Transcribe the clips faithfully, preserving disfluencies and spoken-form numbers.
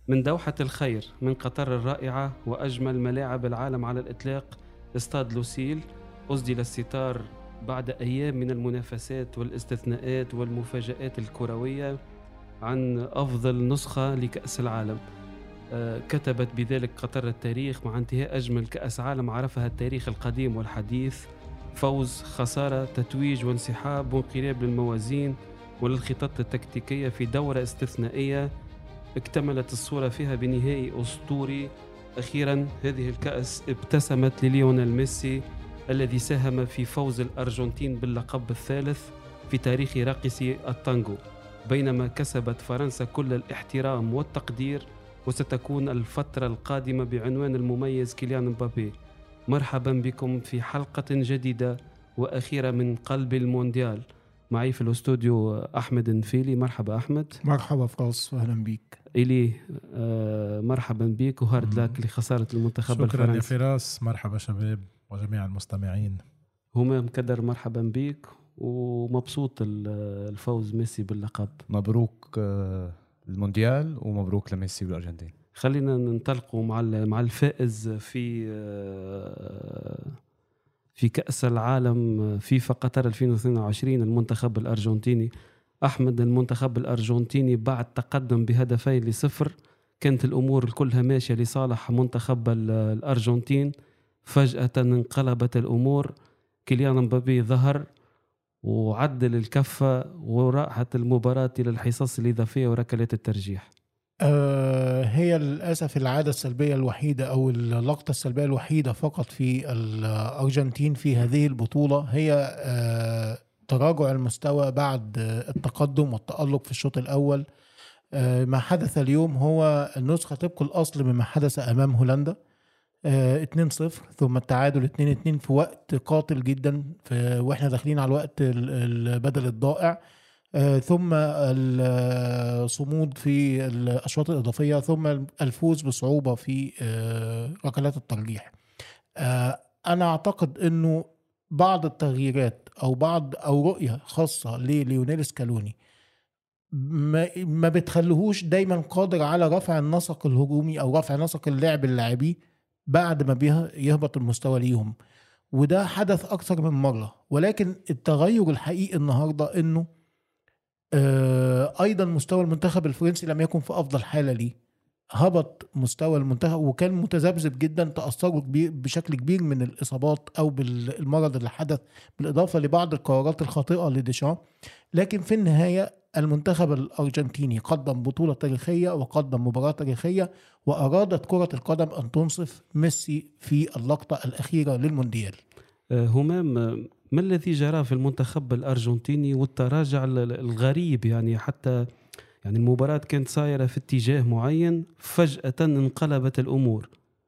من دوحة الخير، من قطر الرائعة وأجمل ملاعب العالم على الإطلاق، استاد لوسيل أسدل الستار بعد أيام من المنافسات والاستثناءات والمفاجآت الكروية عن أفضل نسخة لكأس العالم. آه، كتبت بذلك قطر التاريخ مع انتهاء أجمل كأس عالم عرفها التاريخ القديم والحديث. فوز، خسارة، تتويج وانسحاب وانقلاب للموازين وللخطط التكتيكية في دورة استثنائية اكتملت الصورة فيها بنهائي أسطوري. أخيرا هذه الكأس ابتسمت لليونيل ميسي الذي ساهم في فوز الأرجنتين باللقب الثالث في تاريخ راقصي التانجو، بينما كسبت فرنسا كل الاحترام والتقدير. وستكون الفترة القادمة بعنوان المميز كيليان مبابي. مرحبا بكم في حلقة جديدة وأخيرة من قلب المونديال. معي في الاستوديو أحمد نفيلي. مرحبا أحمد. مرحبا فراس، أهلا بيك. إلي آه مرحبا بيك وهارد لك لخسارة المنتخب الفرنسي. شكرا يا فراس. مرحبا شباب وجميع المستمعين. همام كدر مرحبا بيك ومبسوط الفوز ميسي باللقب. مبروك المونديال ومبروك لميسي والأرجنتين. خلينا ننطلقوا مع مع الفائز في في كأس العالم فيفا قطر ألفين واثنين وعشرين، المنتخب الأرجنتيني. أحمد، المنتخب الأرجنتيني بعد تقدم بهدفين لصفر كانت الأمور كلها ماشية لصالح منتخب الأرجنتين، فجأة انقلبت الأمور. كيليان مبابي ظهر وعدل الكفة وراحت المباراة إلى الحصص الإضافية وركلات الترجيح. آه هي للأسف العادة السلبية الوحيدة أو اللقطة السلبية الوحيدة فقط في الأرجنتين في هذه البطولة هي آه تراجع المستوى بعد التقدم والتألق في الشوط الأول. آه ما حدث اليوم هو النسخة طبق الأصل مما حدث أمام هولندا، آه اتنين صفر ثم التعادل اتنين اتنين في وقت قاتل جدا وإحنا داخلين على الوقت البدل الضائع، آه ثم الصمود في الأشواط الإضافية ثم الفوز بصعوبة في آه ركلات الترجيح. آه أنا أعتقد أنه بعض التغييرات أو بعض أو رؤية خاصة لليونيل سكالوني ما, ما بتخليهوش دايما قادر على رفع النسق الهجومي أو رفع نسق اللعب اللاعبي بعد ما يهبط المستوى ليهم، وده حدث أكثر من مرة. ولكن التغير الحقيقي النهاردة أنه آه أيضا مستوى المنتخب الفرنسي لم يكن في أفضل حالة ليه، هبط مستوى المنتخب وكان متذبذب جدا، تأثروا بشكل كبير من الإصابات أو بالمرض اللي حدث بالإضافة لبعض القرارات الخاطئة لديشان. لكن في النهاية المنتخب الأرجنتيني قدم بطولة تاريخية وقدم مباراة تاريخية، وأرادت كرة القدم أن تنصف ميسي في اللقطة الأخيرة للمونديال. همام، ما الذي جرى في المنتخب الأرجنتيني والتراجع الغريب؟ يعني حتى يعني المباراة كانت صايرة في اتجاه معين، فجأة انقلبت الأمور.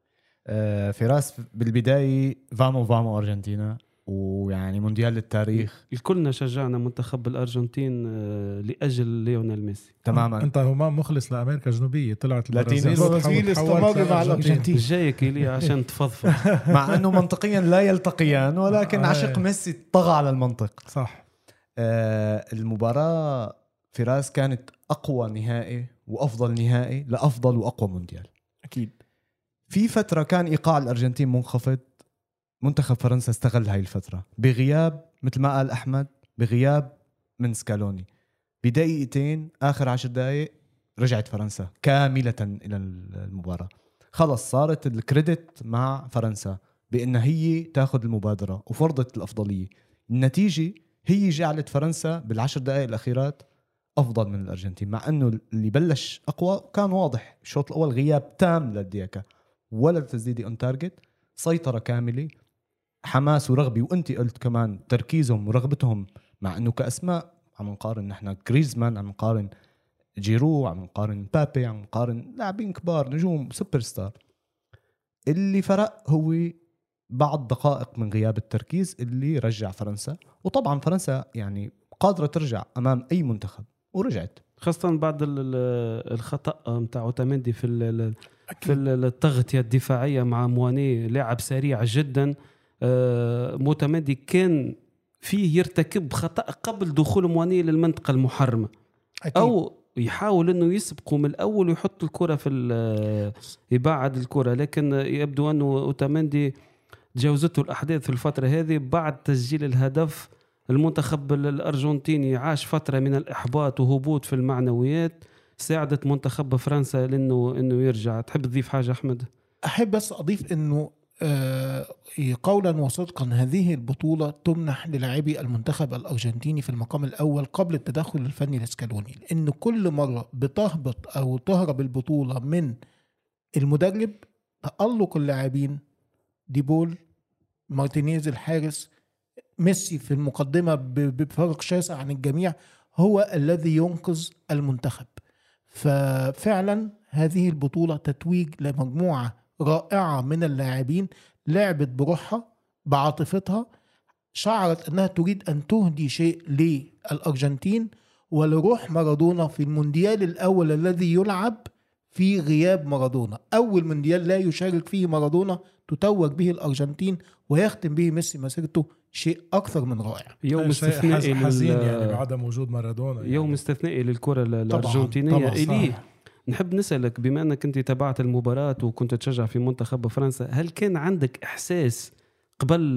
آه فراس، بالبداية فامو فامو أرجنتينا، ويعني مونديال التاريخ الكلنا شجعنا منتخب الأرجنتين آه لأجل ليونيل ميسي. تماما. انت هما مخلص لأمريكا الجنوبية، طلعت البرازيل استمر مع الأرجنتين. جايك لي عشان تفضفض. مع أنه منطقيا لا يلتقيان، ولكن عشق ميسي طغى على المنطق. صح. آه المباراة فراس كانت أقوى نهائي وأفضل نهائي لأفضل وأقوى مونديال. أكيد. في فترة كان إيقاع الأرجنتين منخفض، منتخب فرنسا استغل هاي الفترة بغياب، مثل ما قال أحمد، بغياب من سكالوني. بدقيقتين آخر عشر دقائق رجعت فرنسا كاملة إلى المباراة. خلص صارت الكريدت مع فرنسا بأن هي تاخذ المبادرة وفرضت الأفضلية. النتيجة هي جعلت فرنسا بالعشر دقائق الأخيرات أفضل من الأرجنتين، مع أنه اللي بلش أقوى كان واضح. الشوط الأول غياب تام للدياكا ولا تسديدي أون تارجت، سيطرة كاملة، حماس ورغبة، وأنت قلت كمان تركيزهم ورغبتهم. مع أنه كأسماء عم نقارن نحن غريزمان، عم نقارن جيرو، عم نقارن بابي، عم نقارن لاعبين كبار نجوم سوبر ستار. اللي فرق هو بعض دقائق من غياب التركيز اللي رجع فرنسا. وطبعا فرنسا يعني قادرة ترجع أمام أي منتخب ورجعت، خاصة بعد الخطأ متاع أوتاميندي في في التغطية الدفاعية مع مواني، لاعب سريع جدا. أوتاميندي كان فيه يرتكب خطأ قبل دخول مواني للمنطقة المحرمة. أكيد. أو ويحاول انه يسبقوا من الاول ويحط الكره في يبعد الكره، لكن يبدو انه اوتاميندي تجاوزته الاحداث في الفتره هذه. بعد تسجيل الهدف المنتخب الارجنتيني عاش فتره من الاحباط وهبوط في المعنويات، ساعدت منتخب فرنسا لانه انه يرجع. تحب تضيف حاجه احمد؟ احب بس اضيف انه آه قولا وصدقا هذه البطولة تمنح للاعبي المنتخب الأرجنتيني في المقام الأول قبل التدخل الفني الاسكالوني، لأن كل مرة بتهبط أو تهرب البطولة من المدرب تألق اللاعبين، ديبول، مارتينيز الحارس، ميسي في المقدمة بفرق شاسع عن الجميع هو الذي ينقذ المنتخب. ففعلا هذه البطولة تتويج لمجموعة رائعة من اللاعبين لعبت بروحها بعاطفتها، شعرت أنها تريد أن تهدي شيء للأرجنتين ولروح مارادونا في المونديال الأول الذي يلعب في غياب مارادونا. أول مونديال لا يشارك فيه مارادونا تتوج به الأرجنتين ويختم به ميسي مسيرته، شيء أكثر من رائع. يوم استثنائي حزين يعني بعدم وجود مارادونا يعني. يوم استثنائي للكرة الأرجنتينية. إليه نحب نسألك، بما أنك كنت تابعت المباراة وكنت تشجع في منتخب فرنسا، هل كان عندك إحساس قبل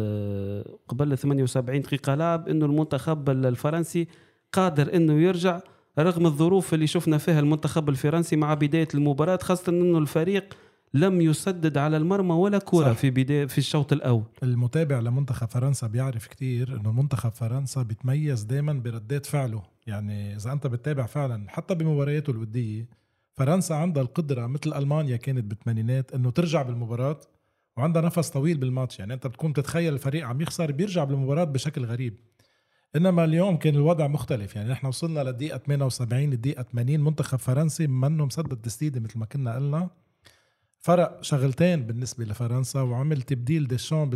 قبل ثمانية وسبعين دقيقة لعب إنه المنتخب الفرنسي قادر إنه يرجع رغم الظروف اللي شفنا فيها المنتخب الفرنسي مع بداية المباراة، خاصة إنه الفريق لم يسدد على المرمى ولا كرة في بداية في الشوط الأول؟ المتابع لمنتخب فرنسا بيعرف كتير إنه منتخب فرنسا بيتميز دايما بردات فعله. يعني إذا أنت بتتابع فعلا حتى بمبارياته الودية، فرنسا عندها القدرة مثل ألمانيا كانت بالثمانينات إنه ترجع بالمباراة وعندها نفس طويل بالماتش. يعني أنت بتكون تتخيل الفريق عم يخسر بيرجع بالمباراة بشكل غريب، إنما اليوم كان الوضع مختلف. يعني نحن وصلنا للدقيقة ثمانية وسبعين الدقيقة ثمانين منتخب فرنسي منه مسدد تسديدة مثل ما كنا قلنا. فرق شغلتين بالنسبة لفرنسا وعمل تبديل ديشان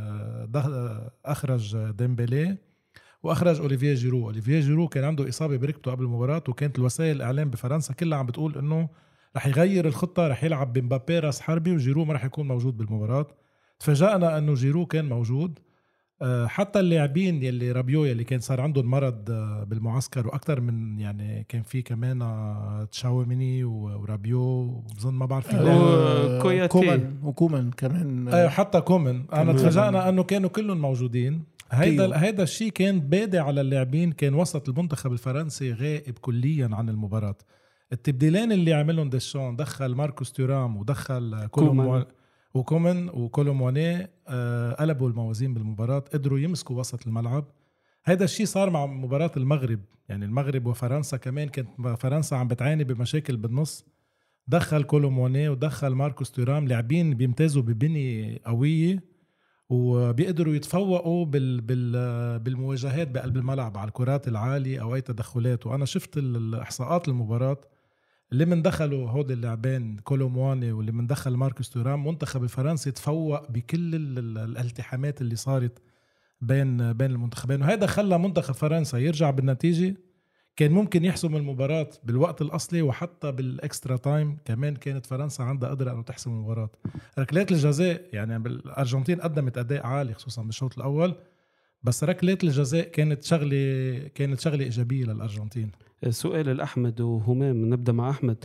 بال أخرج ديمبلي وأخرج أوليفيه جيرو. أوليفيه جيرو كان عنده إصابة بركبته قبل المباراة، وكانت الوسائل الإعلام بفرنسا كلها عم بتقول إنه رح يغير الخطة، رح يلعب بمبابي راس حربي وجيرو ما رح يكون موجود بالمباراة. تفاجأنا إنه جيرو كان موجود. حتى اللاعبين يلي رابيو يلي كان صار عندهم مرض بالمعسكر وأكتر من يعني كان في كمان تشاوميني ورابيو وبظن ما بعرف آه كومان وكومان كمان آه حتى كومان. أنا تفاجأنا أنه كانوا كلهم موجودين. هيدا هيدا الشيء كان بادئ على اللاعبين. كان وسط المنتخب الفرنسي غائب كليا عن المباراة. التبديلين اللي عملهم ديشان دخل ماركوس تورام ودخل كولوم وكومن وكولومواني آه قلبوا الموازين بالمباراة، قدروا يمسكوا وسط الملعب. هذا الشيء صار مع مباراة المغرب. يعني المغرب وفرنسا كمان كانت فرنسا عم بتعاني بمشاكل بالنص، دخل كولومواني ودخل ماركوس تورام، لاعبين بيمتازوا ببنية قوية وبيقدروا يتفوقوا بال بال بالمواجهات بقلب الملعب على الكرات العالية أو أي تدخلات. وأنا شفت الإحصاءات المباراة اللي من دخلوا هود اللاعبين كولومواني واللي من دخل ماركوس تورام، منتخب الفرنسي تفوق بكل الالتحامات اللي صارت بين بين المنتخبين، وهذا خلى منتخب فرنسا يرجع بالنتيجة. كان ممكن يحسم المباراة بالوقت الأصلي وحتى بالإكسترا تايم كمان كانت فرنسا عندها قدرة أنه تحسم المباراة. ركلات الجزاء يعني بالأرجنتين قدمت أداء عالي خصوصا بالشوط الأول، بس ركلات الجزاء كانت شغلة كانت شغلة إيجابية للأرجنتين. سؤال الأحمد وهمام، نبدأ مع أحمد.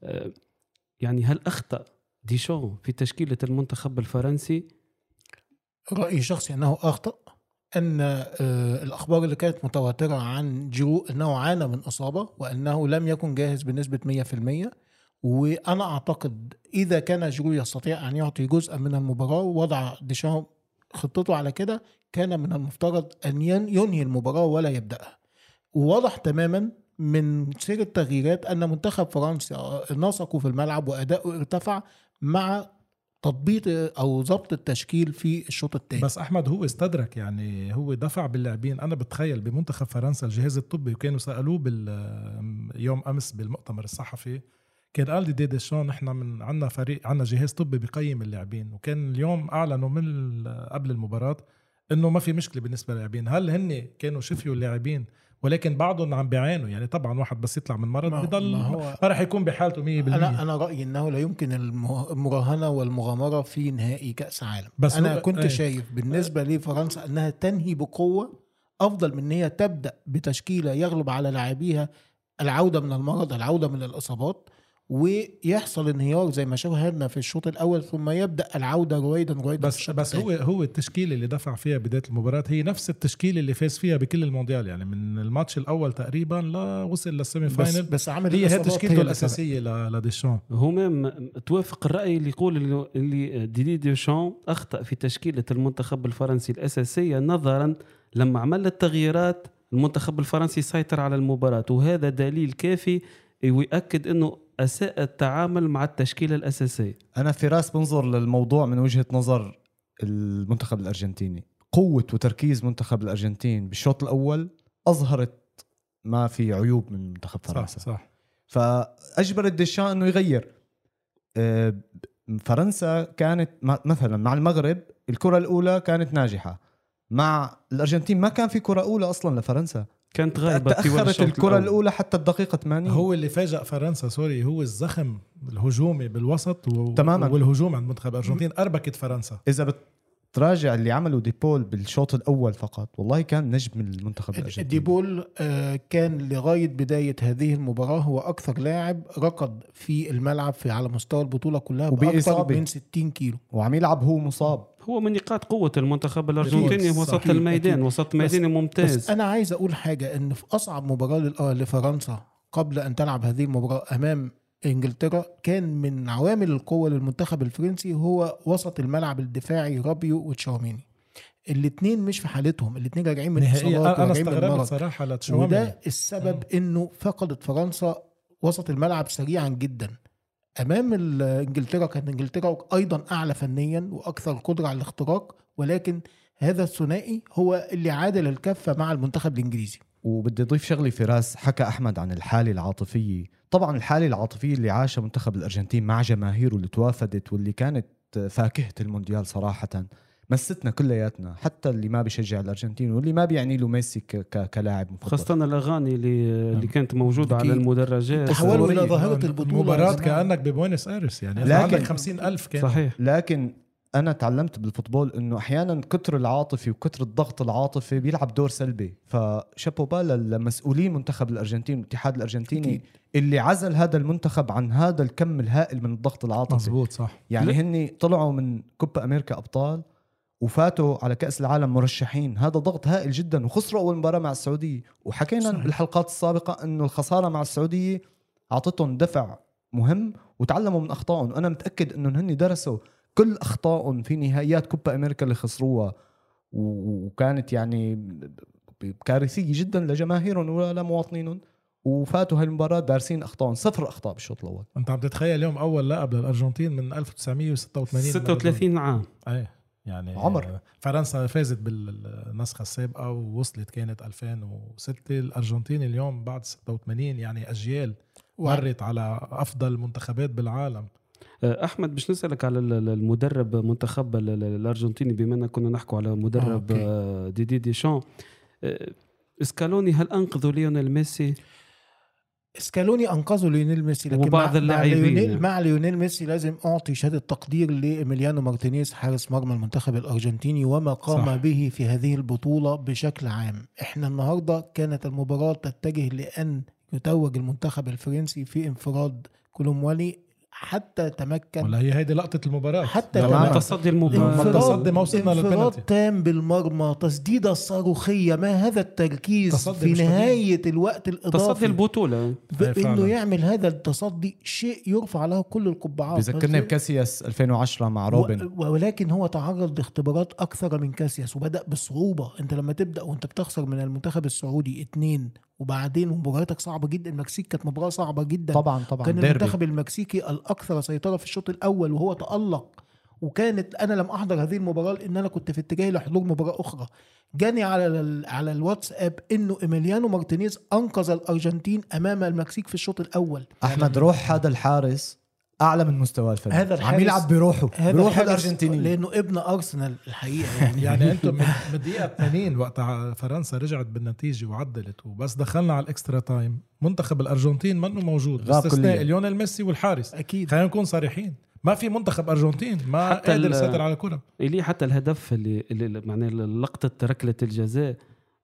يعني هل أخطأ ديشان في تشكيلة المنتخب الفرنسي؟ رأيي شخصي أنه أخطأ. أن الأخبار اللي كانت متواترة عن جيرو أنه عانى من إصابة وأنه لم يكن جاهز بنسبة مية في المية، وأنا أعتقد إذا كان جيرو يستطيع أن يعطي جزء من المباراة ووضع ديشان خطته على كده، كان من المفترض أن ينهي المباراة ولا يبدأها. وواضح تماما من سير التغييرات أن منتخب فرنسا نسقوا في الملعب وأداؤه ارتفع مع تطبيق أو ضبط التشكيل في الشوط الثاني. بس أحمد هو استدرك، يعني هو دفع باللاعبين. أنا بتخيل بمنتخب فرنسا الجهاز الطبي وكانوا سألوه باليوم أمس بالمؤتمر الصحفي، كان قال دي ديشان نحن من عنا فريق عنا جهاز طبي بيقيم اللاعبين، وكان اليوم أعلنوا من قبل المباراة إنه ما في مشكلة بالنسبة للاعبين. هل هن كانوا شفيوا اللاعبين ولكن بعضهم عم بيعانوا؟ يعني طبعا واحد بس يطلع من مرض بضل ما راح يكون بحالته مية بالمية. انا انا رايي انه لا يمكن المراهنه والمغامره في نهائي كاس عالم. بس انا كنت ايه. شايف بالنسبه لفرنسا انها تنهي بقوه افضل من ان هي تبدا بتشكيله يغلب على لاعبيها العودة من المرض، العودة من الإصابات، ويحصل انهيار زي ما شاهدنا في الشوط الاول، ثم يبدا العوده رويدا رويدا. بس بس هو هو التشكيله اللي دفع فيها بدايه المباراه هي نفس التشكيله اللي فاز فيها بكل المونديال، يعني من الماتش الاول تقريبا لا وصل للسيمي فاينل. بس, بس عمل هي هي تشكيلته الاساسيه لديشان. هم توافق الراي اللي يقول اللي ديدي ديشان اخطا في تشكيله المنتخب الفرنسي الاساسيه، نظرا لما عمل التغييرات المنتخب الفرنسي سيطر على المباراه، وهذا دليل كافي ويأكد انه أساء التعامل مع التشكيلة الأساسية. أنا فراس بنظر للموضوع من وجهة نظر المنتخب الأرجنتيني. قوة وتركيز منتخب الأرجنتين بالشوط الأول أظهرت ما في عيوب من منتخب فرنسا. صح صح. فأجبر ديشان أنه يغير. فرنسا كانت مثلا مع المغرب الكرة الأولى كانت ناجحة، مع الأرجنتين ما كان في كرة أولى أصلا لفرنسا، كانت غايبة، تأخرت الكرة الأولى حتى الدقيقة ثمانين. هو اللي فاجأ فرنسا سوري هو الزخم الهجومي بالوسط و... تماما. والهجوم عند منتخب الأرجنتين أربكت فرنسا. إذا بتراجع اللي عمله ديبول بالشوط الأول فقط والله كان نجم المنتخب الأرجنتيني. ديبول كان لغاية بداية هذه المباراة هو أكثر لاعب ركض في الملعب في على مستوى البطولة كلها بأكثر من ستين كيلو، وعم يلعب هو مصاب. هو من نقاط قوة المنتخب الأرجنتيني وسط الميدان، وسط الميدان ممتاز. بس أنا عايز أقول حاجة، إن في أصعب مباراة لفرنسا قبل أن تلعب هذه المباراة أمام إنجلترا كان من عوامل القوة للمنتخب الفرنسي هو وسط الملعب الدفاعي رابيو وتشاوميني. الاثنين مش في حالتهم، الاثنين راجعين من إصابات. أنا استغربت صراحة لتشاوميني، وده السبب م. إنه فقدت فرنسا وسط الملعب سريعا جدا امام انجلترا. كانت انجلترا ايضا اعلى فنيا واكثر قدره على الاختراق، ولكن هذا الثنائي هو اللي عادل الكفه مع المنتخب الانجليزي. وبدي اضيف شغلي فراس، حكى احمد عن الحاله العاطفيه. طبعا الحاله العاطفيه اللي عاشها منتخب الارجنتين مع جماهيره اللي توافدت واللي كانت فاكهه المونديال صراحه مستنا كلياتنا، حتى اللي ما بيشجع الارجنتين واللي ما بيعني له ميسي كلاعب مفضل. خاصه الاغاني اللي اللي كانت موجوده على المدرجات تحولوا الى ظاهره البطوله، مباراه كانك ببوينس ايرس يعني عندك خمسين ألف كان. صحيح. لكن انا تعلمت بالفوتبول انه احيانا كتر العاطفي وكتر الضغط العاطفي بيلعب دور سلبي. فشابو با للمسؤولين منتخب الارجنتين والاتحاد الارجنتيني أكيد. اللي عزل هذا المنتخب عن هذا الكم الهائل من الضغط العاطفي. مزبوط صح. يعني هني طلعوا من كوبا امريكا ابطال وفاتوا على كأس العالم مرشحين، هذا ضغط هائل جدا، وخسروا أول مباراة مع السعودية. وحكينا صحيح. بالحلقات السابقة أنه الخسارة مع السعودية أعطتهم دفع مهم وتعلموا من أخطائهم. أنا متأكد أنه هني درسوا كل أخطائهم في نهائيات كوبا أمريكا اللي خسروها، وكانت يعني كارثية جدا لجماهيرهم ولا مواطنينهم، وفاتوا هالمباراة دارسين أخطائهم. صفر أخطاء بالشوط الأول. أنت عم تتخيل اليوم أول لاعب للأرجنتين من ألف وتسعمية وستة وثمانين ستة وثلاثين عام. أي يعني عمر. فرنسا فازت بالنسخة السابقة ووصلت كانت ألفين وستة. الأرجنتين اليوم بعد ستة وثمانين يعني أجيال مرت على أفضل منتخبات بالعالم. أحمد باش نسألك على المدرب منتخب الأرجنتيني، بما أننا كنا نحكوا على مدرب آه ديدي ديشان. اسكالوني هل أنقذوا ليونيل ميسي؟ اسكالوني انقذوا ليونيل ميسي، لكن وبعض مع, اللاعبين مع ليونيل ميسي لازم اعطي شهاده تقدير لإيميليانو مارتينيز حارس مرمى المنتخب الارجنتيني وما قام صح. به في هذه البطوله بشكل عام. احنا النهارده كانت المباراه تتجه لان يتوج المنتخب الفرنسي في انفراد كولوموالي حتى تمكن. ولا هي هيدي لقطة المباراة حتى تصدي المباراة، تصدي ما وصلنا للبنالتي، تام بالمرمى، تسديدة صاروخية. ما هذا التركيز في نهاية الوقت الإضافي، تصدي البطولة، إنه يعمل هذا التصدي شيء يرفع له كل القبعات. بذكرني بكاسياس ألفين وعشرة مع روبن، ولكن هو تعرض لاختبارات أكثر من كاسياس وبدأ بصعوبة. أنت لما تبدأ وأنت بتخسر من المنتخب السعودي اتنين وبعدين مباراتك صعبة جدا، المكسيك كانت مباراة صعبة جدا طبعا طبعا. كان المنتخب المكسيكي الأكثر سيطرة في الشوط الأول وهو تألق. وكانت أنا لم أحضر هذه المباراة لأن أنا كنت في اتجاه لحضور مباراة أخرى. جاني على على الواتساب إنه إيميليانو مارتينيز أنقذ الأرجنتين أمام المكسيك في الشوط الأول. أحمد روح هذا الحارس أعلى من مستوى الفريق، هذا الحارس عم يلعب بروحه بروح الأرجنتيني لأنه ابن أرسنال الحقيقة يعني. يعني أنتم من الدقيقة ثمانين وقت فرنسا رجعت بالنتيجة وعدلت وبس دخلنا على الإكسترا تايم منتخب الأرجنتين منه موجود باستثناء ليونيل ميسي والحارس. أكيد خلينا نكون صريحين، ما في منتخب أرجنتين ما قادر يسيطر على الكرة. اللي حتى الهدف اللي, اللي معناه لقطة ركلة الجزاء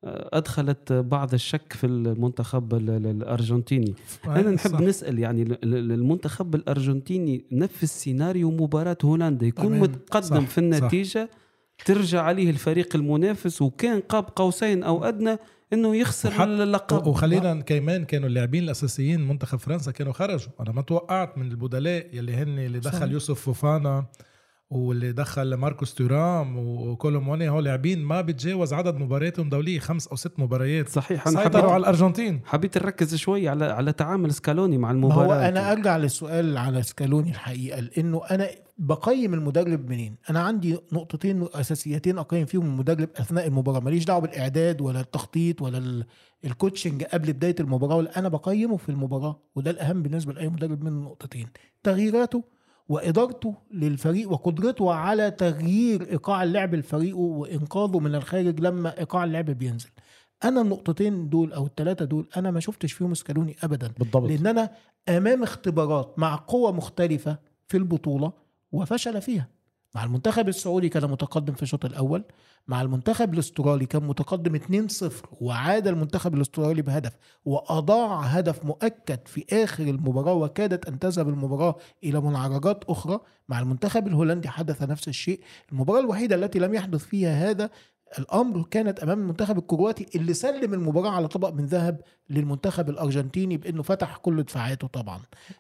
أدخلت بعض الشك في المنتخب الأرجنتيني. أنا نحب صح. نسأل يعني المنتخب الأرجنتيني نفس سيناريو مباراة هولندا، يكون متقدم صح. في النتيجة صح. ترجع عليه الفريق المنافس وكان قاب قوسين أو أدنى إنه يخسر اللقب. وخلينا كمان كانوا اللاعبين الأساسيين منتخب فرنسا كانوا خرجوا. أنا ما توقعت من البدلاء يلي هن اللي دخل صح. يوسف فوفانا واللي دخل ماركوس تورام وكولوموني، هو لاعبين ما بتجاوز عدد مبارياتهم دولية خمس أو ست مباريات. صحيح. سيطروا على الأرجنتين. حبيت نركز شوي على على تعامل سكالوني مع المباراة. هو أنا أرجع للسؤال على سكالوني الحقيقة، لأنه أنا بقيم المدرب منين؟ أنا عندي نقطتين أساسيتين أقيم فيهم المدرب أثناء المباراة، ماليش دعوة بالإعداد ولا التخطيط ولا الكوتشنج قبل بداية المباراة، ولا أنا بقيمه في المباراة، وده الأهم بالنسبة لأي مدرب من النقطتين: تغييراته وإدارته للفريق وقدرته على تغيير إيقاع اللعب الفريق وإنقاذه من الخارج لما إيقاع اللعب بينزل. أنا النقطتين دول أو الثلاثة دول أنا ما شفتش فيهم سكالوني أبدا بالضبط. لأن أنا أمام اختبارات مع قوة مختلفة في البطولة وفشل فيها. مع المنتخب السعودي كان متقدم في الشوط الأول، مع المنتخب الاسترالي كان متقدم اتنين صفر وعاد المنتخب الاسترالي بهدف وأضاع هدف مؤكد في آخر المباراة وكادت أن تذهب المباراة إلى منعرجات أخرى. مع المنتخب الهولندي حدث نفس الشيء. المباراة الوحيدة التي لم يحدث فيها هذا الأمر كانت أمام المنتخب الكرواتي اللي سلم المباراة على طبق من ذهب للمنتخب الأرجنتيني بأنه فتح كل دفاعاته طبعا.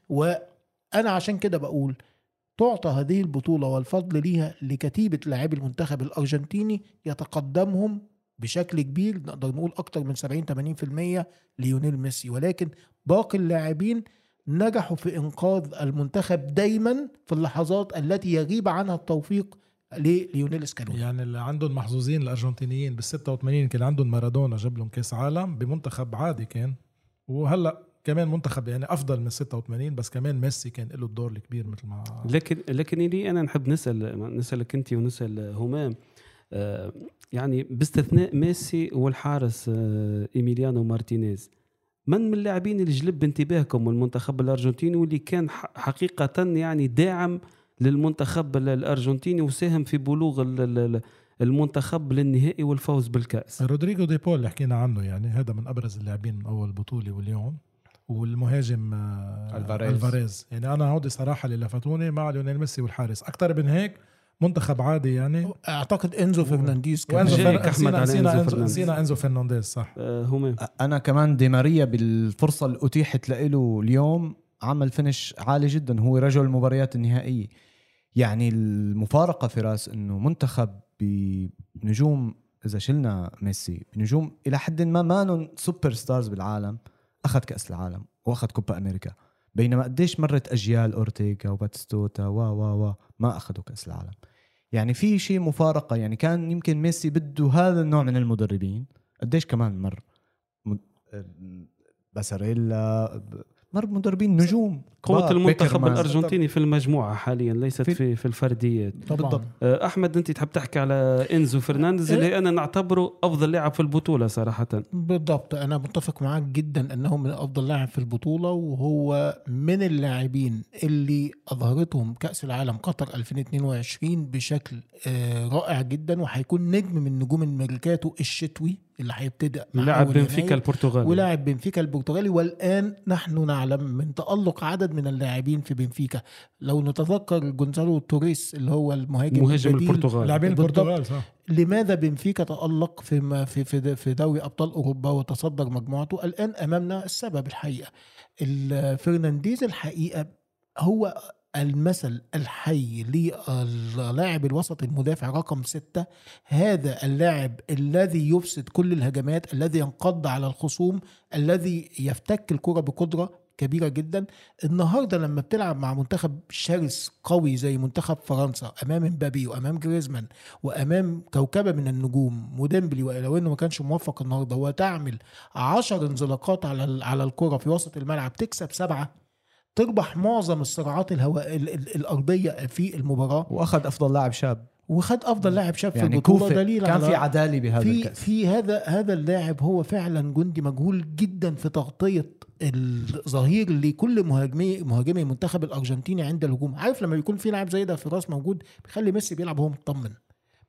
وأنا عشان كده بقول تعطى هذه البطولة والفضل ليها لكتيبة لاعبي المنتخب الأرجنتيني يتقدمهم بشكل كبير، نقدر نقول أكتر من سبعين ثمانين بالمئة ليونيل ميسي، ولكن باقي اللاعبين نجحوا في إنقاذ المنتخب دايما في اللحظات التي يغيب عنها التوفيق لليونيل سكالوني. يعني اللي عندهم محظوظين الأرجنتينيين بالستة وثمانين كان عندهم مارادونا جاب لهم كاس عالم بمنتخب عادي كان، وهلأ كمان منتخب يعني أفضل من ستة وثمانين، بس كمان ميسي كان له الدور الكبير مثل ما. لكن لكن اللي أنا نحب نسأل نسألك أنت ونسأل همام، آه يعني باستثناء ميسي والحارس آه إيميليانو مارتينيز، من من اللاعبين اللي جلب انتباهكم والمنتخب الأرجنتيني واللي كان حقيقة يعني داعم للمنتخب الأرجنتيني وساهم في بلوغ المنتخب للنهائي والفوز بالكأس؟ رودريغو دي بول اللي حكينا عنه، يعني هذا من أبرز اللاعبين من أول بطولة واليوم، والمهاجم الفاريز. الفاريز. يعني أنا هودي صراحة اللي لفتوني مع ليونيل ميسي والحارس. أكتر من هيك منتخب عادي يعني. أعتقد إنزو فرنانديز كمان. نسينا إنزو فرنانديز صح. أه هم. أنا كمان دي ماريا بالفرصة اللي أتيحت له اليوم عمل فينش عالي جدا، هو رجل المباريات النهائية. يعني المفارقة في راس إنه منتخب بنجوم، إذا شلنا ميسي، بنجوم إلى حد ما مانن سوبر ستارز بالعالم، أخذ كأس العالم وأخذ كوبا أمريكا، بينما قديش مرت أجيال أورتيغا وباتستوتا و و و ما أخذوا كأس العالم. يعني في شيء مفارقة. يعني كان يمكن ميسي بده هذا النوع من المدربين، قديش كمان مر باساريلا، مر مدربين نجوم. قوة المنتخب الأرجنتيني في المجموعة حاليا ليست في, في, في الفرديات. بالضبط. أحمد أنت تحب تحكي على إنزو فرنانديز اللي أنا نعتبره أفضل لاعب في البطولة صراحة. بالضبط، أنا متفق معك جدا أنه من أفضل لاعب في البطولة، وهو من اللاعبين اللي أظهرتهم كأس العالم قطر ألفين واثنين وعشرين بشكل رائع جدا، وهيكون نجم من نجوم الميركاتو الشتوي اللي هيبتدأ مع لاعب بنفيكا البرتغالي. ولاعب بنفيكا البرتغالي، والآن نحن نعلم من تألق عدد من اللاعبين في بنفيكا. لو نتذكر جونزالو توريس اللي هو المهاجم مهاجم البرتغال، لاعبين البرتغال صح. لماذا بنفيكا تألق في في في دوري أبطال أوروبا وتصدر مجموعته؟ الآن أمامنا السبب الحقيقة. فرنانديز الحقيقة هو المثل الحي للاعب الوسط المدافع رقم ستة، هذا اللاعب الذي يفسد كل الهجمات، الذي ينقض على الخصوم، الذي يفتك الكرة بقدرة كبيرة جدا. النهاردة لما بتلعب مع منتخب شرس قوي زي منتخب فرنسا أمام مبابي وأمام جريزمان وأمام كوكبة من النجوم وديمبلي، ولو أنه ما كانش موفق النهاردة، وتعمل عشر انزلاقات على على الكرة في وسط الملعب، تكسب سبعة، تربح معظم الصراعات الهواء الأرضية في المباراة، وأخذ أفضل لاعب شاب وخد أفضل لاعب شاب يعني في البطولة. دليل كان في عدالة بهذا في الكأس. في هذا هذا اللاعب هو فعلا جندي مجهول جدا في تغطية الظهير لكل مهاجمي مهاجمي المنتخب الأرجنتيني عند الهجوم. عارف لما يكون في لاعب زي ده في راس موجود بيخلي ميسي بيلعب وهو مطمن،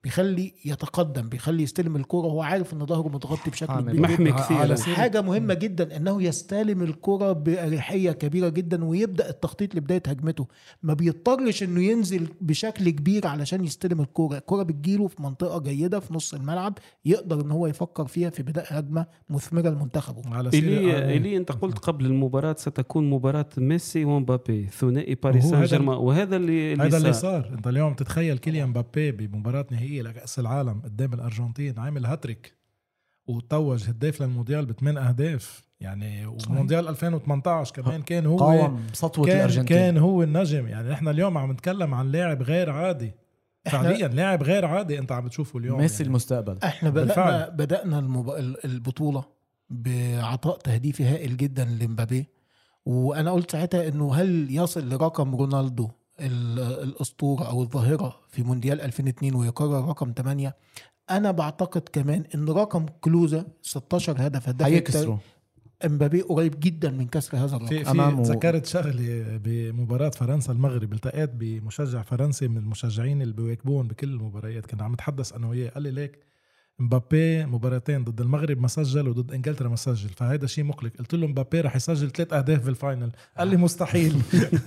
بيخلي يتقدم، بيخلي يستلم الكرة وهو عارف ان ظهره متغطي بشكل كبير، محمي على كثير. سيرة- حاجة مهمة جدا انه يستلم الكرة بأريحية كبيرة جدا ويبدأ التخطيط لبداية هجمته، ما بيضطرش انه ينزل بشكل كبير علشان يستلم الكرة. الكرة بتجيله في منطقة جيدة في نص الملعب يقدر ان هو يفكر فيها في بداية هجمة مثمرة لمنتخبه. على إلي سيرة- إلي أنت قلت قبل المباراة ستكون مباراة ميسي ومبابي ثنائي باريس وهو سان هذا جيرمان، وهذا اللي هذا اللي صار. صار. انت اليوم تتخيل كيليان مبابي بمباراة نهائية لكأس العالم قدام الأرجنتين عامل هاتريك وتوج هداف للمونديال بثمان أهداف يعني، ومونديال ألفين وثمانية عشر كمان كان هو قاوم سطوة كان الأرجنتين. كان هو النجم. يعني احنا اليوم عم نتكلم عن لاعب غير عادي فعليا، لاعب غير عادي انت عم بتشوفه اليوم. ميسي يعني المستقبل. احنا بدأنا بالفعل. بدأنا المب... البطولة بعطاء تهديفي هائل جدا لمبابي، وانا قلت ساعتها انه هل يصل لرقم رونالدو ال- الاسطوره او الظاهره في مونديال ألفين واثنين ويكرر رقم ثمانية. انا بعتقد كمان ان رقم كلوزا ستاشر هدف هدف هيكسروا. امبابي قريب جدا من كسر هذا الرقم. في, في أمامه. ذكرت شغله بمباراه فرنسا المغرب، التقيت بمشجع فرنسي من المشجعين اللي بيواكبون بكل المباريات، كنا عم نتحدث انا وياه، قال لي ليك مبابي مباراتين ضد المغرب ما سجل وضد انجلترا ما سجل، فهذا شيء مقلق. قلت له مبابي رح يسجل ثلاث اهداف في الفاينل، قال لي مستحيل.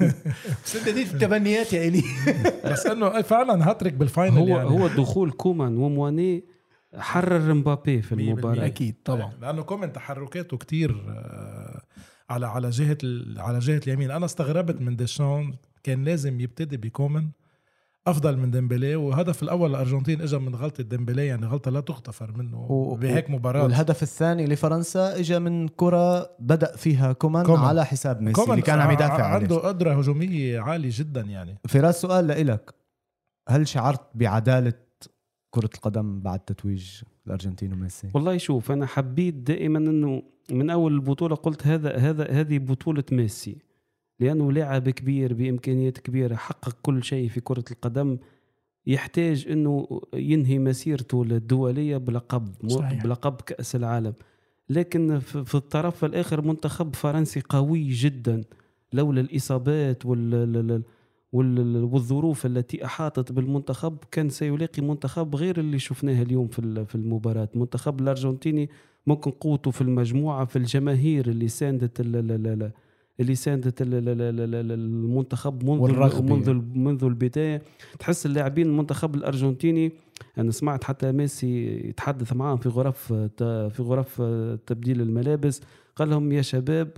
بس انت دي في التبنيات يا إلي. بس انه فعلا هاتريك بالفاينل. هو يعني هو دخول كومان ومواني حرر مبابي في مية المباراة. بالمية. اكيد طبعا. لانه كومن تحركاته كتير آه، على على جهه ال- على جهه اليمين. انا استغربت من ديشان، كان لازم يبتدي بكومن افضل من ديمبلي، وهدف الاول الارجنتين اجى من غلطه ديمبلي، يعني غلطه لا تغتفر منه و- بهيك مباراه. والهدف الثاني لفرنسا اجى من كرة بدأ فيها كومان, كومان. على حساب ميسي كومن اللي كان عم يدافع ع- عليه. عنده قدره هجوميه عاليه جدا. يعني فراس سؤال لإلك، هل شعرت بعدالة كرة القدم بعد تتويج الأرجنتين وميسي؟ والله شوف، أنا حبيت دائما أنه من أول البطولة قلت هذا هذا هذه بطولة ميسي، لأنه لاعب كبير بإمكانيات كبيرة، حقق كل شيء في كرة القدم، يحتاج أنه ينهي مسيرته الدولية بلقب صحيح. بلقب كأس العالم. لكن في في الطرف الآخر منتخب فرنسي قوي جدا، لولا الإصابات وال وال- والظروف التي أحاطت بالمنتخب كان سيلاقي منتخب غير اللي شفناه اليوم في ال- في المباراة. منتخب الأرجنتيني ممكن قوته في المجموعة، في الجماهير اللي ساندت ال- ال- ال- ال- اللي ساندت ال- ال- ال- ال- ال- المنتخب منذ والرغبة. منذ منذ البداية. تحس اللاعبين المنتخب الأرجنتيني، أنا سمعت حتى ميسي يتحدث معهم في غرف في غرف تبديل الملابس، قال لهم يا شباب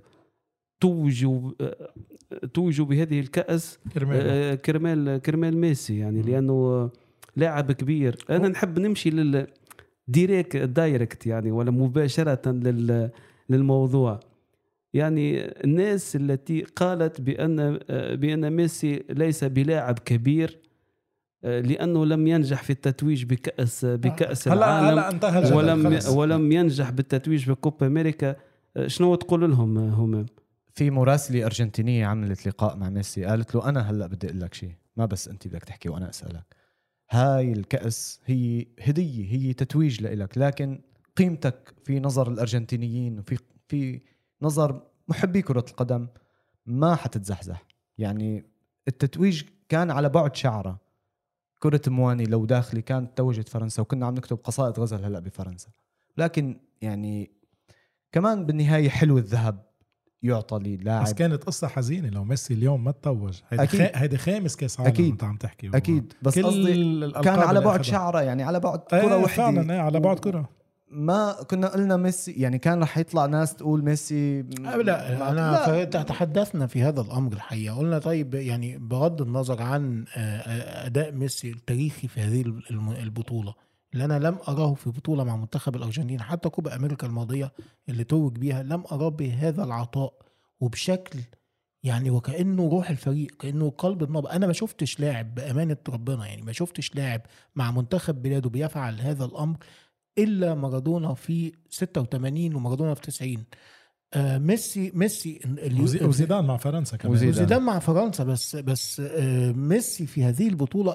توجوا توجوا بهذه الكأس كرمال آه، كرمال كرمال ميسي، يعني لأنه لاعب كبير. أنا نحب نمشي لل ديريك دايركت يعني، ولا مباشرة لل للموضوع. يعني الناس التي قالت بأن آه، بأن ميسي ليس بلاعب كبير آه، لأنه لم ينجح في التتويج بكأس بكأس هلا العالم، هلا انتهى الجدل ولم خلص. ولم ينجح بالتتويج بكوبا أمريكا. آه، شنو تقول لهم هم؟ في مراسلة أرجنتينية عملت لقاء مع ميسي، قالت له أنا هلأ بدي أقول لك شيء، ما بس أنت بدك تحكي وأنا أسألك. هاي الكأس هي هدية، هي تتويج لإلك، لكن قيمتك في نظر الأرجنتينيين وفي في نظر محبي كرة القدم ما حتتزحزح. يعني التتويج كان على بعد شعرة. كرة مواني لو داخلي كانت توجت فرنسا، وكنا عم نكتب قصائد غزل هلأ بفرنسا. لكن يعني كمان بالنهاية حلو الذهب يعطى لي لاعب. بس كانت قصة حزينة لو ميسي اليوم ما تتوج. هيدي أكيد. خا... هيدي خامس كاس عالم أكيد. انت عم تحكي. أكيد، بس كل قصدي الألقاب كان على اللي بعد أخدها. شعرة، يعني على بعد كرة ايه وحدة. فعلا ايه على بعد كرة. ما كنا قلنا ميسي، يعني كان رح يطلع ناس تقول ميسي لا, لا انا لا. تحدثنا في هذا الامر الحقيقه، قلنا طيب يعني بغض النظر عن اداء ميسي التاريخي في هذه الم- البطوله اللي انا لم اراه في بطوله مع منتخب الارجنتين، حتى كوبا امريكا الماضيه اللي توج بيها لم اراه بهذا العطاء وبشكل يعني وكانه روح الفريق، كانه قلب النبض. انا ما شفتش لاعب بامانه ربنا، يعني ما شفتش لاعب مع منتخب بلاده بيفعل هذا الامر الا مارادونا في ستة وثمانين ومارادونا في تسعين. آه ميسي ميسي ال- وزي- وزيدان مع فرنسا كمان. وزيدان. وزيدان مع فرنسا. بس بس آه ميسي في هذه البطولة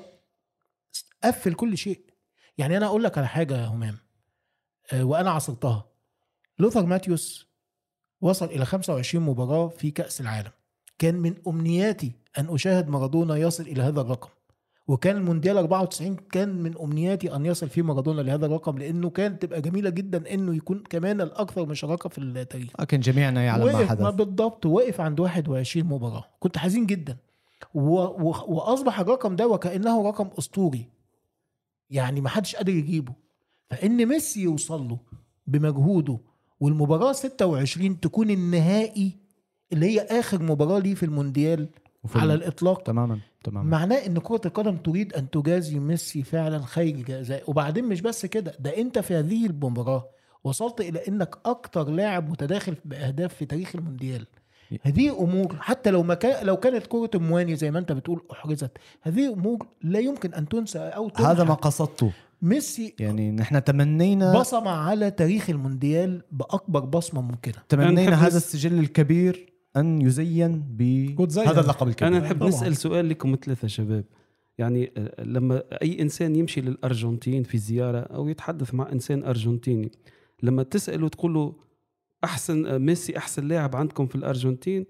قفل كل شيء. يعني أنا أقول لك على حاجة يا همام، آه وأنا عصرتها. لوثر ماتيوس وصل إلى خمسة وعشرين مباراة في كأس العالم، كان من أمنياتي أن أشاهد مارادونا يصل إلى هذا الرقم، وكان المونديال أربعة وتسعين كان من امنياتي ان يصل فيه مارادونا لهذا الرقم، لانه كانت تبقى جميله جدا انه يكون كمان الاكثر مشاركه في التاريخ. لكن جميعنا يعلم ما وقف حدث. ما بالضبط، وقف عند واحد وعشرين مباراه، كنت حزين جدا. و... و... واصبح الرقم ده وكانه رقم اسطوري، يعني ما حدش قادر يجيبه. فان ميسي يوصل له بمجهوده، والمباراه ستة وعشرين تكون النهائي اللي هي اخر مباراه ليه في المونديال على الاطلاق، تماما تماما معناه ان كرة القدم تريد ان تجازي ميسي فعلا خير جزاء. وبعدين مش بس كده، ده انت في هذه المباراة وصلت الى انك اكتر لاعب متداخل باهداف في تاريخ المونديال. هذه امور حتى لو ما كان لو كانت كرة مواني زي ما انت بتقول احرزت، هذه امور لا يمكن ان تنسى او تمحى. هذا ما قصدته. ميسي يعني نحن تمنينا بصم على تاريخ المونديال باكبر بصمة ممكنة. تمنينا هذا نس... السجل الكبير ان يزين بهذا اللقب الكبير. انا نحب طبعاً. نسال سؤال لكم ثلاثه شباب. يعني لما اي انسان يمشي للارجنتين في زياره او يتحدث مع انسان ارجنتيني، لما تساله تقول له احسن ميسي احسن لاعب عندكم في الارجنتين،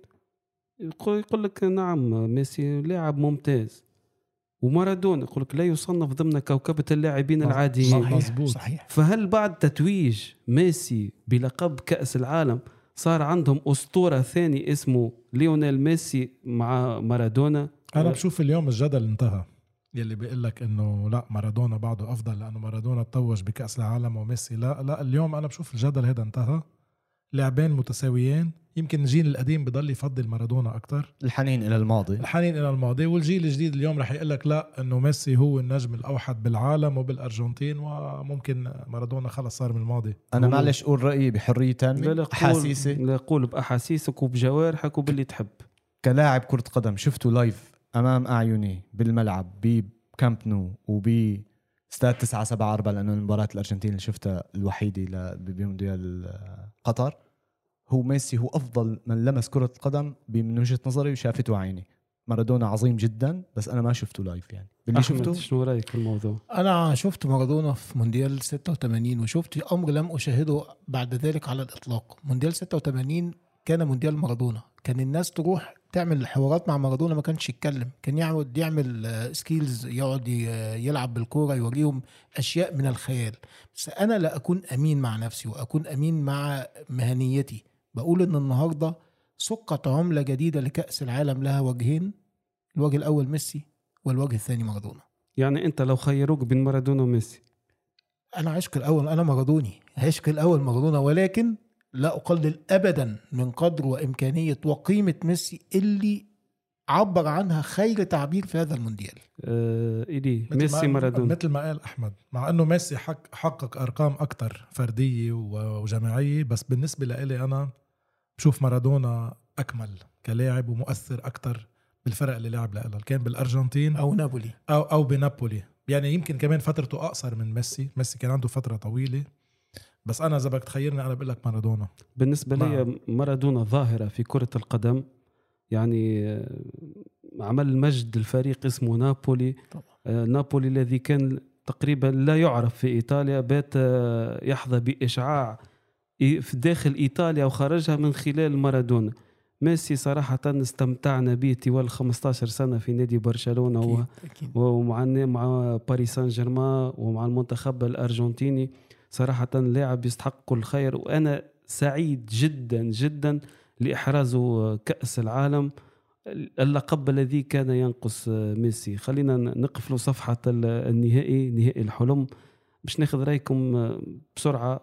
يقول لك نعم ميسي لاعب ممتاز. ومارادونا يقول لك لا يصنف ضمن كوكبه اللاعبين العاديين. صحيح. صحيح. فهل بعد تتويج ميسي بلقب كأس العالم صار عندهم أسطورة ثاني اسمه ليونيل ميسي مع مارادونا؟ انا بشوف اليوم الجدل انتهى، يلي بيقول لك انه لا مارادونا بعده افضل لانه مارادونا تتوج بكأس العالم وميسي لا. لا اليوم انا بشوف الجدل هذا انتهى، لاعبين متساويين. يمكن الجيل القديم بضل يفضل مارادونا اكثر، الحنين الى الماضي الحنين الى الماضي، والجيل الجديد اليوم رح يقول لك لا انه ميسي هو النجم الاوحد بالعالم وبالارجنتين، وممكن مارادونا خلص صار من الماضي. انا معلش اقول رايي بحريه تامه، احاسيسي لا قول باحاسيسك وبجوارحك وباللي تحب. كلاعب كره قدم شفته لايف امام اعيني بالملعب بكامب نو وب استاد تسعة سبعة أربعة، لانه مباراه الارجنتين اللي شفتها الوحيده بمونديال قطر، هو ميسي هو أفضل من لمس كرة القدم من وجهة نظري وشافته عيني. مارادونا عظيم جدا بس أنا ما شفته لايف. يعني باللي شفته شنو رأيك في الموضوع؟ أنا شفت مارادونا في مونديال ستة وثمانين، وشفت أمر لم أشاهده بعد ذلك على الإطلاق. مونديال ستة وثمانين كان مونديال مارادونا، كان الناس تروح تعمل حوارات مع مارادونا، ما كانش يتكلم، كان يقعد يعمل سكيلز، يقعد يلعب بالكورة، يوريهم أشياء من الخيال. بس أنا لا أكون أمين مع نفسي وأكون أمين مع مهنيتي. بقول إن النهاردة سقط عملة جديدة لكأس العالم لها وجهين، الوجه الأول ميسي والوجه الثاني مارادونا. يعني أنت لو خيروك بين مارادونا وميسي؟ أنا عشق الأول، أنا مارادوني، عشق الأول مارادونا، ولكن لا أقلل أبدا من قدر وإمكانية وقيمة ميسي اللي عبر عنها خير تعبير في هذا المونديال. آه إلي ميسي مارادونا مثل ما قال أحمد، مع أنه ميسي حق حقق أرقام أكتر فردية وجماعية، بس بالنسبة لي أنا بشوف مارادونا أكمل كلاعب ومؤثر أكتر بالفرق اللي لعب لها، كان بالأرجنتين أو نابولي أو أو بنابولي. يعني يمكن كمان فترته أقصر من ميسي، ميسي كان عنده فترة طويلة، بس أنا إذا بدك تخيرني أنا بقول لك مارادونا. بالنسبة لي مارادونا ظاهرة في كرة القدم، يعني عمل مجد الفريق اسمه نابولي. طبعا. نابولي الذي كان تقريبا لا يعرف في إيطاليا، بات يحظى بإشعاع في داخل إيطاليا وخرجها من خلال مارادونا. ميسي صراحة استمتعنا به طوال خمسة عشر سنة في نادي برشلونة أكيد. أكيد. ومع مع باريس سان جيرمان ومع المنتخب الأرجنتيني. صراحة لاعب يستحق كل خير، وأنا سعيد جدا جدا لإحرازه كأس العالم، اللقب الذي كان ينقص ميسي. خلينا نقفل صفحة النهائي، نهائي الحلم، باش ناخذ رأيكم بسرعة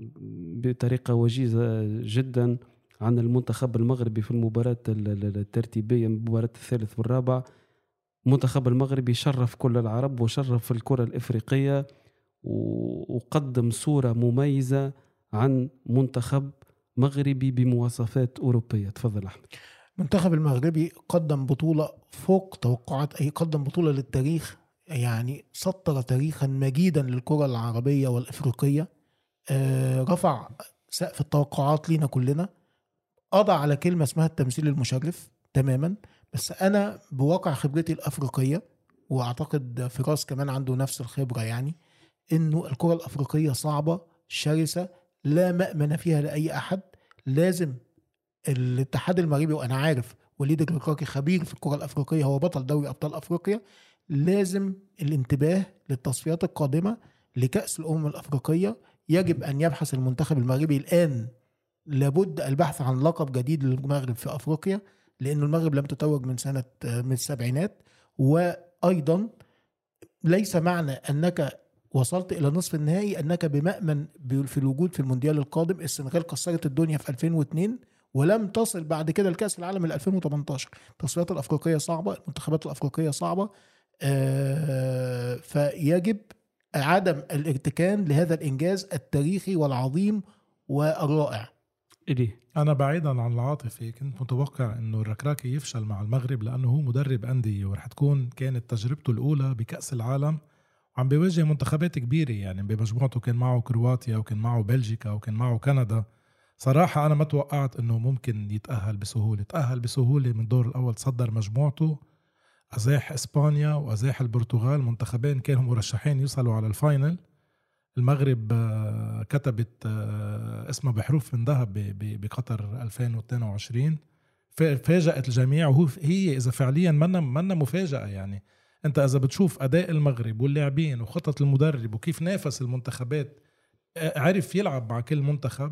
بطريقة وجيزة جدا عن المنتخب المغربي في المباراة الترتيبية، مباراة الثالث والرابع. المنتخب المغربي شرف كل العرب وشرف الكرة الإفريقية، وقدم صورة مميزة عن منتخب مغربي بمواصفات أوروبية. تفضل أحمد. المنتخب المغربي قدم بطولة فوق توقعات أي، قدم بطولة للتاريخ، يعني سطر تاريخا مجيدا للكرة العربية والإفريقية. آه رفع سقف التوقعات لينا كلنا، قضى على كلمة اسمها التمثيل المشرف تماما. بس أنا بواقع خبرتي الأفريقية، وأعتقد فراس كمان عنده نفس الخبرة، يعني إنه الكرة الأفريقية صعبة شرسة لا مأمن فيها لأي أحد. لازم الاتحاد المغربي، وأنا عارف وليد الركراكي خبير في الكرة الأفريقية، هو بطل دوري أبطال أفريقيا، لازم الانتباه للتصفيات القادمة لكأس الأمم الأفريقية. يجب أن يبحث المنتخب المغربي الآن، لابد البحث عن لقب جديد للمغرب في أفريقيا، لأن المغرب لم تتوج من سنة من السبعينات. وأيضا ليس معنى أنك وصلت إلى نصف النهائي أنك بمأمن في الوجود في المونديال القادم. السنغال كسرت الدنيا في ألفين واثنين ولم تصل بعد كده لكأس العالم ألفين وثمانية عشر. التصفيات الأفريقية صعبة، المنتخبات الأفريقية صعبة، آه فيجب عدم الارتكان لهذا الإنجاز التاريخي والعظيم والرائع. إلي أنا بعيدا عن العاطفة كنت متوقع إنه الركراكي يفشل مع المغرب، لأنه هو مدرب أندية ورح تكون كانت تجربته الأولى بكأس العالم، وعم بيواجه منتخبات كبيرة. يعني بمجموعته كان معه كرواتيا وكان معه بلجيكا وكان معه كندا. صراحة أنا ما توقعت إنه ممكن يتأهل بسهولة. تأهل بسهولة من دور الأول، تصدر مجموعته، أزاح إسبانيا وأزاح البرتغال، منتخبين كانوا مرشحين يوصلوا على الفاينل. المغرب كتبت اسمها بحروف من ذهب بقطر ألفين واثنين وعشرين، فاجأت الجميع. وهو هي إذا فعليا منا منا مفاجأة. يعني أنت إذا بتشوف أداء المغرب واللاعبين وخطط المدرب وكيف نافس المنتخبات، عرف يلعب مع كل منتخب،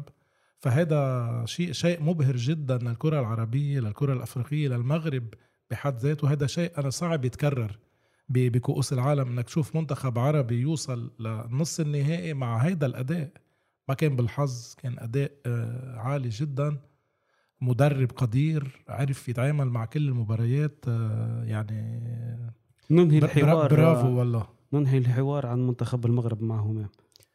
فهذا شيء شيء مبهر جدا للكرة العربية، للكرة الأفريقية، للمغرب بحد ذاته. هذا شيء أنا صعب يتكرر بكؤوس العالم، انك تشوف منتخب عربي يوصل لنص النهائي مع هيدا الاداء. ما كان بالحظ، كان اداء عالي جدا، مدرب قدير عرف يتعامل مع كل المباريات. يعني ننهي الحوار. برافو والله. ننهي الحوار عن منتخب المغرب معهم.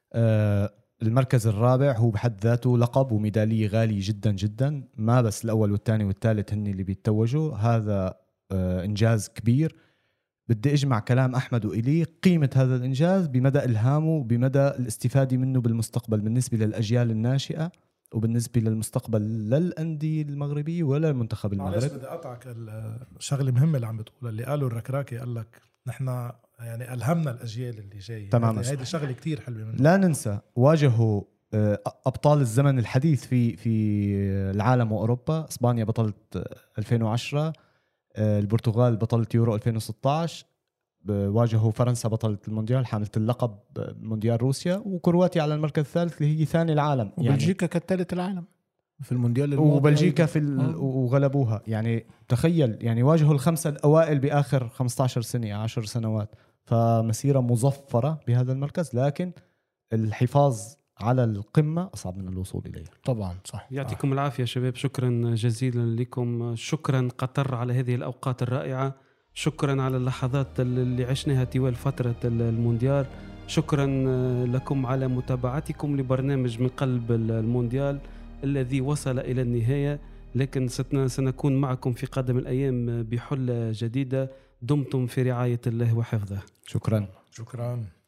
آه المركز الرابع هو بحد ذاته لقب وميدالية غالية جدا جدا. ما بس الأول والثاني والثالث هن اللي بيتوجوا، هذا آه إنجاز كبير. بدي اجمع كلام أحمد وإلي، قيمة هذا الإنجاز بمدى إلهامه، بمدى الاستفادة منه بالمستقبل بالنسبة للأجيال الناشئة، وبالنسبة للمستقبل للأندية المغربية ولا المنتخب المغربي. معلش بدي أقطعك، الشغلة مهمة اللي عم بتقولها اللي قالوا الركراكي، قال لك نحن يعني ألهمنا الأجيال اللي جاية. تمام. هذه شغلة كتير حلوة منه. لا ننسى واجهوا أبطال الزمن الحديث في في العالم وأوروبا. إسبانيا بطلة ألفين وعشرة، البرتغال بطلة يورو ألفين وستة عشر، واجهوا فرنسا بطلة المونديال حاملة اللقب مونديال روسيا، وكرواتيا على المركز الثالث اللي هي ثاني العالم. وبلجيكا يعني كانت ثالث العالم في المونديال الماضي، وبلجيكا في ال... آه. وغلبوها. يعني تخيل، يعني واجهوا الخمسة الأوائل بآخر خمسة عشر سنة عشر سنوات. فمسيرة مظفرة بهذا المركز، لكن الحفاظ على القمة أصعب من الوصول إليها. طبعا صح. يعطيكم آه. العافية شباب، شكرا جزيلا لكم. شكرا قطر على هذه الأوقات الرائعة، شكرا على اللحظات اللي عشناها طوال فترة المونديال. شكرا لكم على متابعتكم لبرنامج من قلب المونديال الذي وصل إلى النهاية، لكن سنكون معكم في قادم الأيام بحلة جديدة. دمتم في رعاية الله وحفظه. شكرا. شكرا.